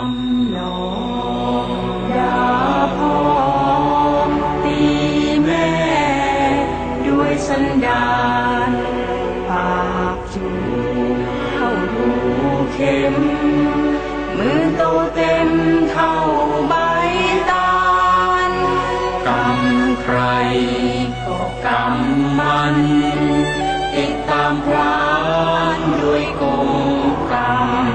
ำหนอด่าพ่อตีแม่ด้วยสันดานปากจูบเข้ารูเข็มมือโตเต็มเท่าใบตาลกรรมใครก็กรรมมันติดตามพรานด้วยกงกรรม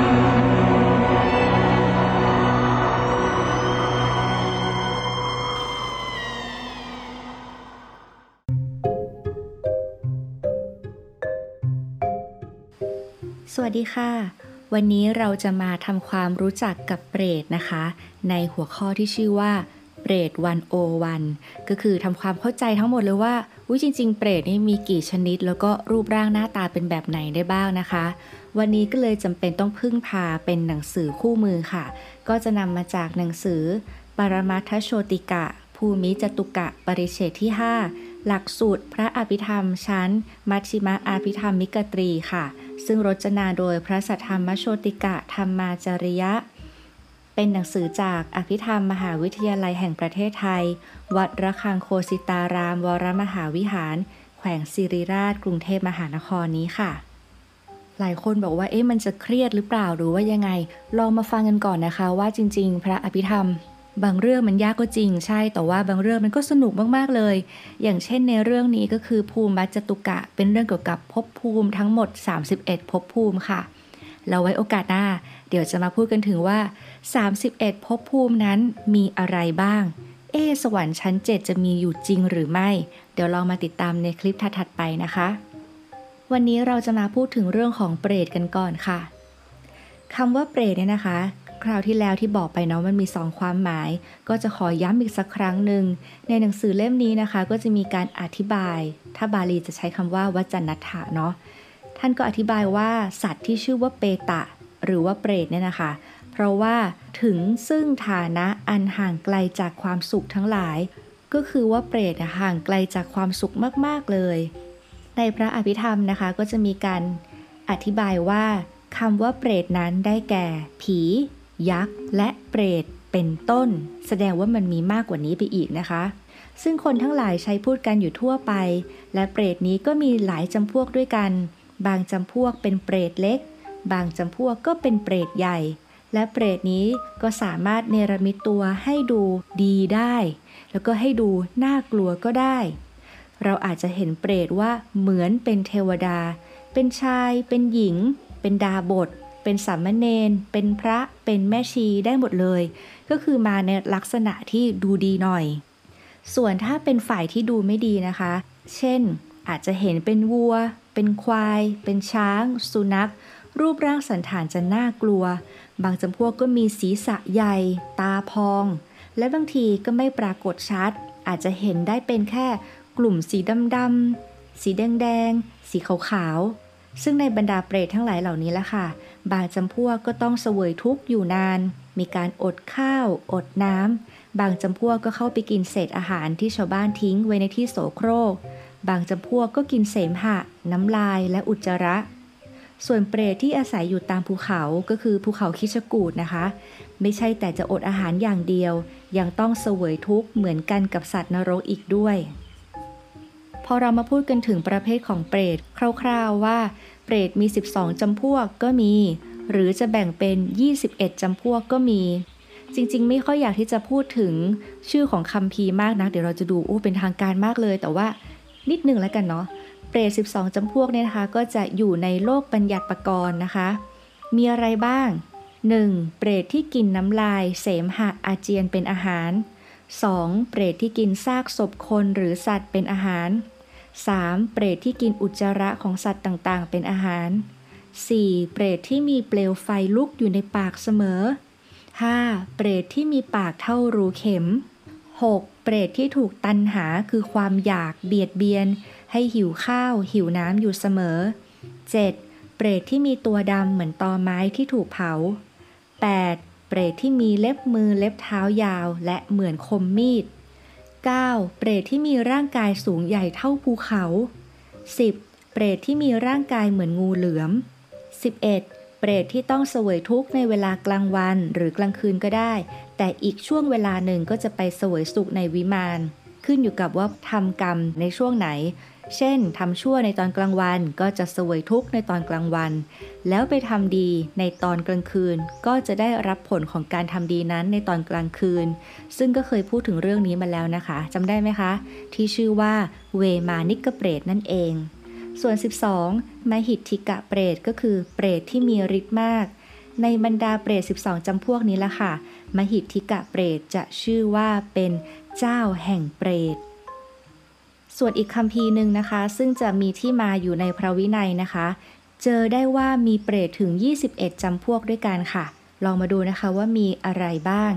สวัสดีค่ะวันนี้เราจะมาทำความรู้จักกับเปรตนะคะในหัวข้อที่ชื่อว่าเปรต101ก็คือทำความเข้าใจทั้งหมดเลยว่าจริงๆเปรตนี่มีกี่ชนิดแล้วก็รูปร่างหน้าตาเป็นแบบไหนได้บ้างนะคะวันนี้ก็เลยจำเป็นต้องพึ่งพาเป็นหนังสือคู่มือค่ะก็จะนำมาจากหนังสือปรมัตถโชติกะภูมิจตุกะปริเฉดที่5หลักสูตรพระอภิธรรมชั้นมัชฌิมอภิธรรมิกตรีค่ะซึ่งรจนาโดยพระสัทธรรมโชติกะธรรมาจริยะเป็นหนังสือจากอภิธรรมมหาวิทยาลัยแห่งประเทศไทยวัดระฆังโคสิตารามวรมหาวิหารแขวงศิริราชกรุงเทพมหานครนี้ค่ะหลายคนบอกว่ามันจะเครียดหรือเปล่าหรือว่ายังไงลองมาฟังกันก่อนนะคะว่าจริงๆพระอภิธรรมบางเรื่องมันยากก็จริงใช่แต่ว่าบางเรื่องมันก็สนุกมากๆเลยอย่างเช่นในเรื่องนี้ก็คือภูมิจตุกะเป็นเรื่องเกี่ยวกับภพภูมิทั้งหมด31ภพภูมิค่ะแล้วไว้โอกาสหน้าเดี๋ยวจะมาพูดกันถึงว่า31ภพภูมินั้นมีอะไรบ้างสวรรค์ชั้น7จะมีอยู่จริงหรือไม่เดี๋ยวลองมาติดตามในคลิปถัดๆไปนะคะวันนี้เราจะมาพูดถึงเรื่องของเปรตกันก่อนค่ะคำว่าเปรตเนี่ยนะคะคราวที่แล้วที่บอกไปเนาะมันมี2ความหมายก็จะขอย้ำอีกสักครั้งหนึ่งในหนังสือเล่มนี้นะคะก็จะมีการอธิบายถ้าบาลีจะใช้คำว่าวัจนัตถะเนาะท่านก็อธิบายว่าสัตว์ที่ชื่อว่าเปตะหรือว่าเปรตเนี่ยนะคะเพราะว่าถึงซึ่งฐานะอันห่างไกลจากความสุขทั้งหลายก็คือว่าเปรตห่างไกลจากความสุขมากๆเลยในพระอภิธรรมนะคะก็จะมีการอธิบายว่าคำว่าเปรตนั้นได้แก่ผียักษ์และเปรตเป็นต้นแสดงว่ามันมีมากกว่านี้ไปอีกนะคะซึ่งคนทั้งหลายใช้พูดกันอยู่ทั่วไปและเปรตนี้ก็มีหลายจำพวกด้วยกันบางจำพวกเป็นเปรตเล็กบางจำพวกก็เป็นเปรตใหญ่และเปรตนี้ก็สามารถเนรมิตตัวให้ดูดีได้แล้วก็ให้ดูน่ากลัวก็ได้เราอาจจะเห็นเปรตว่าเหมือนเป็นเทวดาเป็นชายเป็นหญิงเป็นดาบสเป็นสามเณรเป็นพระเป็นแม่ชีได้หมดเลยก็คือมาในลักษณะที่ดูดีหน่อยส่วนถ้าเป็นฝ่ายที่ดูไม่ดีนะคะเช่นอาจจะเห็นเป็นวัวเป็นควายเป็นช้างสุนัขรูปร่างสันฐานจะน่ากลัวบางจำพวกก็มีศีรษะใหญ่ตาพองและบางทีก็ไม่ปรากฏชัดอาจจะเห็นได้เป็นแค่กลุ่มสีดำๆสีแดงๆสีขาวๆซึ่งในบรรดาเปรตทั้งหลายเหล่านี้ละค่ะบางจำพวกก็ต้องเสวยทุกข์อยู่นานมีการอดข้าวอดน้ำบางจำพวกก็เข้าไปกินเศษอาหารที่ชาวบ้านทิ้งไว้ในที่โสโครกบางจำพวกก็กินเสมหะน้ำลายและอุจจาระส่วนเปรตที่อาศัยอยู่ตามภูเขาก็คือภูเขาคิชกูฏนะคะไม่ใช่แต่จะอดอาหารอย่างเดียวยังต้องเสวยทุกข์เหมือนกันกับสัตว์นรกอีกด้วยพอเรามาพูดกันถึงประเภทของเปรตคร่าวๆว่าเปรตมี12จำพวกก็มีหรือจะแบ่งเป็น21จำพวกก็มีจริงๆไม่ค่อยอยากที่จะพูดถึงชื่อของคัมภีร์มากนักเดี๋ยวเราจะดูเป็นทางการมากเลยแต่ว่านิดนึงแล้วกันเนาะเปรต12จำพวกเนี่ยนะคะก็จะอยู่ในโลกบัญญัติปกรณ์นะคะมีอะไรบ้าง 1. เปรตที่กินน้ำลายเสมหะอาเจียนเป็นอาหาร 2. เปรตที่กินซากศพคนหรือสัตว์เป็นอาหาร 3. เปรตที่กินอุจจาระของสัตว์ต่างๆเป็นอาหาร 4. เปรตที่มีเปลวไฟลุกอยู่ในปากเสมอ 5. เปรตที่มีปากเท่ารูเข็ม 6. เปรตที่ถูกตัณหาคือความอยากเบียดเบียนให้หิวข้าวหิวน้ำอยู่เสมอ 7. เปรตที่มีตัวดำเหมือนตอไม้ที่ถูกเผา 8. เปรตที่มีเล็บมือเล็บเท้ายาวและเหมือนคมมีด 9. เปรตที่มีร่างกายสูงใหญ่เท่าภูเขา 10. เปรตที่มีร่างกายเหมือนงูเหลือม 11. เปรตที่ต้องเสวยทุกข์ในเวลากลางวันหรือกลางคืนก็ได้แต่อีกช่วงเวลาหนึ่งก็จะไปเสวยสุขในวิมานขึ้นอยู่กับว่าทำกรรมในช่วงไหนเช่นทำชั่วในตอนกลางวันก็จะเสวยทุกข์ในตอนกลางวันแล้วไปทำดีในตอนกลางคืนก็จะได้รับผลของการทำดีนั้นในตอนกลางคืนซึ่งก็เคยพูดถึงเรื่องนี้มาแล้วนะคะจำได้ไหมคะที่ชื่อว่าเวมานิกเปรตนั่นเองส่วน12มหิทธิกะเปรตก็คือเปรตที่มีฤทธิ์มากในบรรดาเปรต12จำพวกนี้ละค่ะมหิทธิกะเปรตจะชื่อว่าเป็นเจ้าแห่งเปรตส่วนอีกคัมภีร์หนึ่งนะคะซึ่งจะมีที่มาอยู่ในพระวินัยนะคะเจอได้ว่ามีเปรตถึง21จำพวกด้วยกันค่ะลองมาดูนะคะว่ามีอะไรบ้าง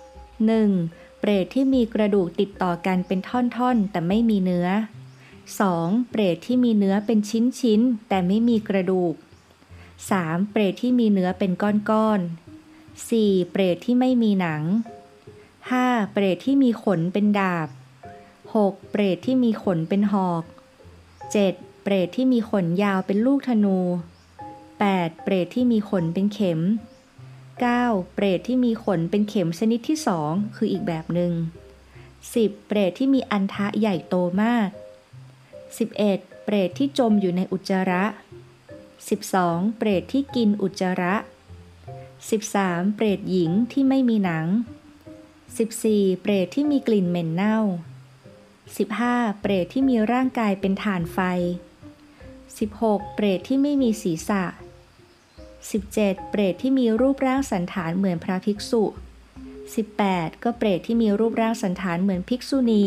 1. เปรตที่มีกระดูกติดต่อกันเป็นท่อนๆแต่ไม่มีเนื้อ 2. เปรตที่มีเนื้อเป็นชิ้นๆแต่ไม่มีกระดูก 3. เปรตที่มีเนื้อเป็นก้อนๆ 4. เปรตที่ไม่มีหนัง 5. เปรตที่มีขนเป็นดาบ 6. เปรตที่มีขนเป็นหอก 7. เปรตที่มีขนยาวเป็นลูกธนู 8. เปรตที่มีขนเป็นเข็ม 9. เปรตที่มีขนเป็นเข็มชนิดที่2คืออีกแบบหนึ่ง 10. เปรตที่มีอันทะใหญ่โตมาก 11. เปรตที่จมอยู่ในอุจจาระ 12. เปรตที่กินอุจจาระ 13. เปรตหญิงที่ไม่มีหนัง 14. เปรตที่มีกลิ่นเหม็นเน่า 15. เปรตที่มีร่างกายเป็นถ่านไฟ 16. เปรตที่ไม่มีศีรษะ 17. เปรตที่มีรูปร่างสันฐานเหมือนพระภิกษุ 18. ก็เปรตที่มีรูปร่างสันฐานเหมือนภิกษุณี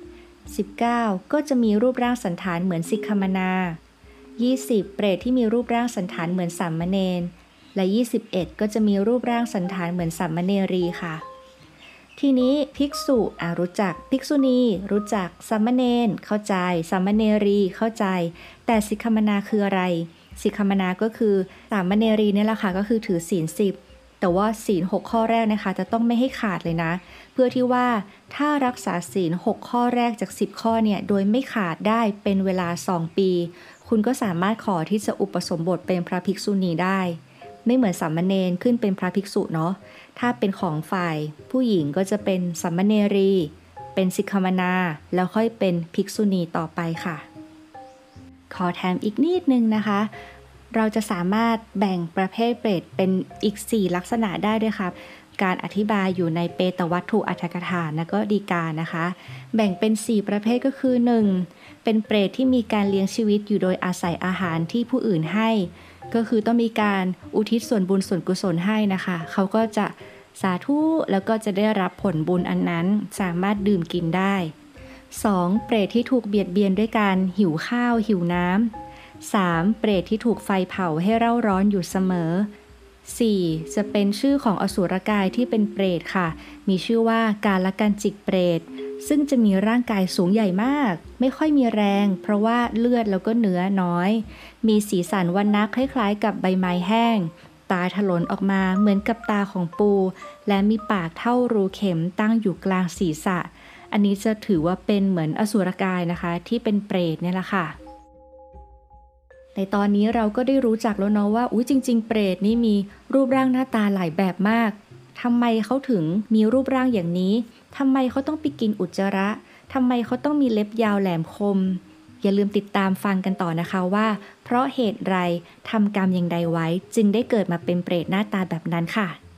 19. ก็จะมีรูปร่างสันฐานเหมือนสิกขมนา 20. เปรตที่มีรูปร่างสันฐานเหมือนสามเณรและ 21. ก็จะมีรูปร่างสันฐานเหมือนสามเณรีค่ะทีนี้ภิกษุรู้จักภิกษุณีรู้จักสามเณรเข้าใจสามเณรีเข้าใจแต่สิกขมนาคืออะไรสิกขมนาก็คือสามเณรีเนี่ยแหละค่ะก็คือถือศีล10แต่ว่าศีล6ข้อแรกนะคะจะต้องไม่ให้ขาดเลยนะเพื่อที่ว่าถ้ารักษาศีล6ข้อแรกจาก10ข้อเนี่ยโดยไม่ขาดได้เป็นเวลา2ปีคุณก็สามารถขอที่จะอุปสมบทเป็นพระภิกษุณีได้ไม่เหมือนสามเณรขึ้นเป็นพระภิกษุเนาะถ้าเป็นของฝ่ายผู้หญิงก็จะเป็นสามเณรีเป็นสิกขมนาแล้วค่อยเป็นภิกษุณีต่อไปค่ะขอแถมอีกนิดนึงนะคะเราจะสามารถแบ่งประเภทเปรตเป็นอีก4ลักษณะได้ด้วยค่ะการอธิบายอยู่ในเปตวัตถุอรรถกถาและก็ฎีกานะคะแบ่งเป็น4ประเภทก็คือ 1. เป็นเปรตที่มีการเลี้ยงชีวิตอยู่โดยอาศัยอาหารที่ผู้อื่นให้ก็คือต้องมีการอุทิศส่วนบุญส่วนกุศลให้นะคะเขาก็จะสาธุแล้วก็จะได้รับผลบุญอันนั้นสามารถดื่มกินได้ 2. เปรตที่ถูกเบียดเบียนด้วยการหิวข้าวหิวน้ำ 3. เปรตที่ถูกไฟเผาให้เร่าร้อนอยู่เสมอ 4. จะเป็นชื่อของอสุรกายที่เป็นเปรตค่ะมีชื่อว่ากาลกันจิกเปรตซึ่งจะมีร่างกายสูงใหญ่มากไม่ค่อยมีแรงเพราะว่าเลือดแล้วก็เนื้อน้อยมีสีสันวรรณะคล้ายๆกับใบไม้แห้งตาถลนออกมาเหมือนกับตาของปูและมีปากเท่ารูเข็มตั้งอยู่กลางศีรษะอันนี้จะถือว่าเป็นเหมือนอสุรกายนะคะที่เป็นเปรตเนี่ยแหละค่ะในตอนนี้เราก็ได้รู้จักแล้วเนาะว่าจริงๆเปรตนี่มีรูปร่างหน้าตาหลายแบบมากทำไมเขาถึงมีรูปร่างอย่างนี้ทำไมเขาต้องไปกินอุจจาระทำไมเขาต้องมีเล็บยาวแหลมคมอย่าลืมติดตามฟังกันต่อนะคะว่าเพราะเหตุไรทำกรรมอย่างใดไว้จึงได้เกิดมาเป็นเปรตหน้าตาแบบนั้นค่ะ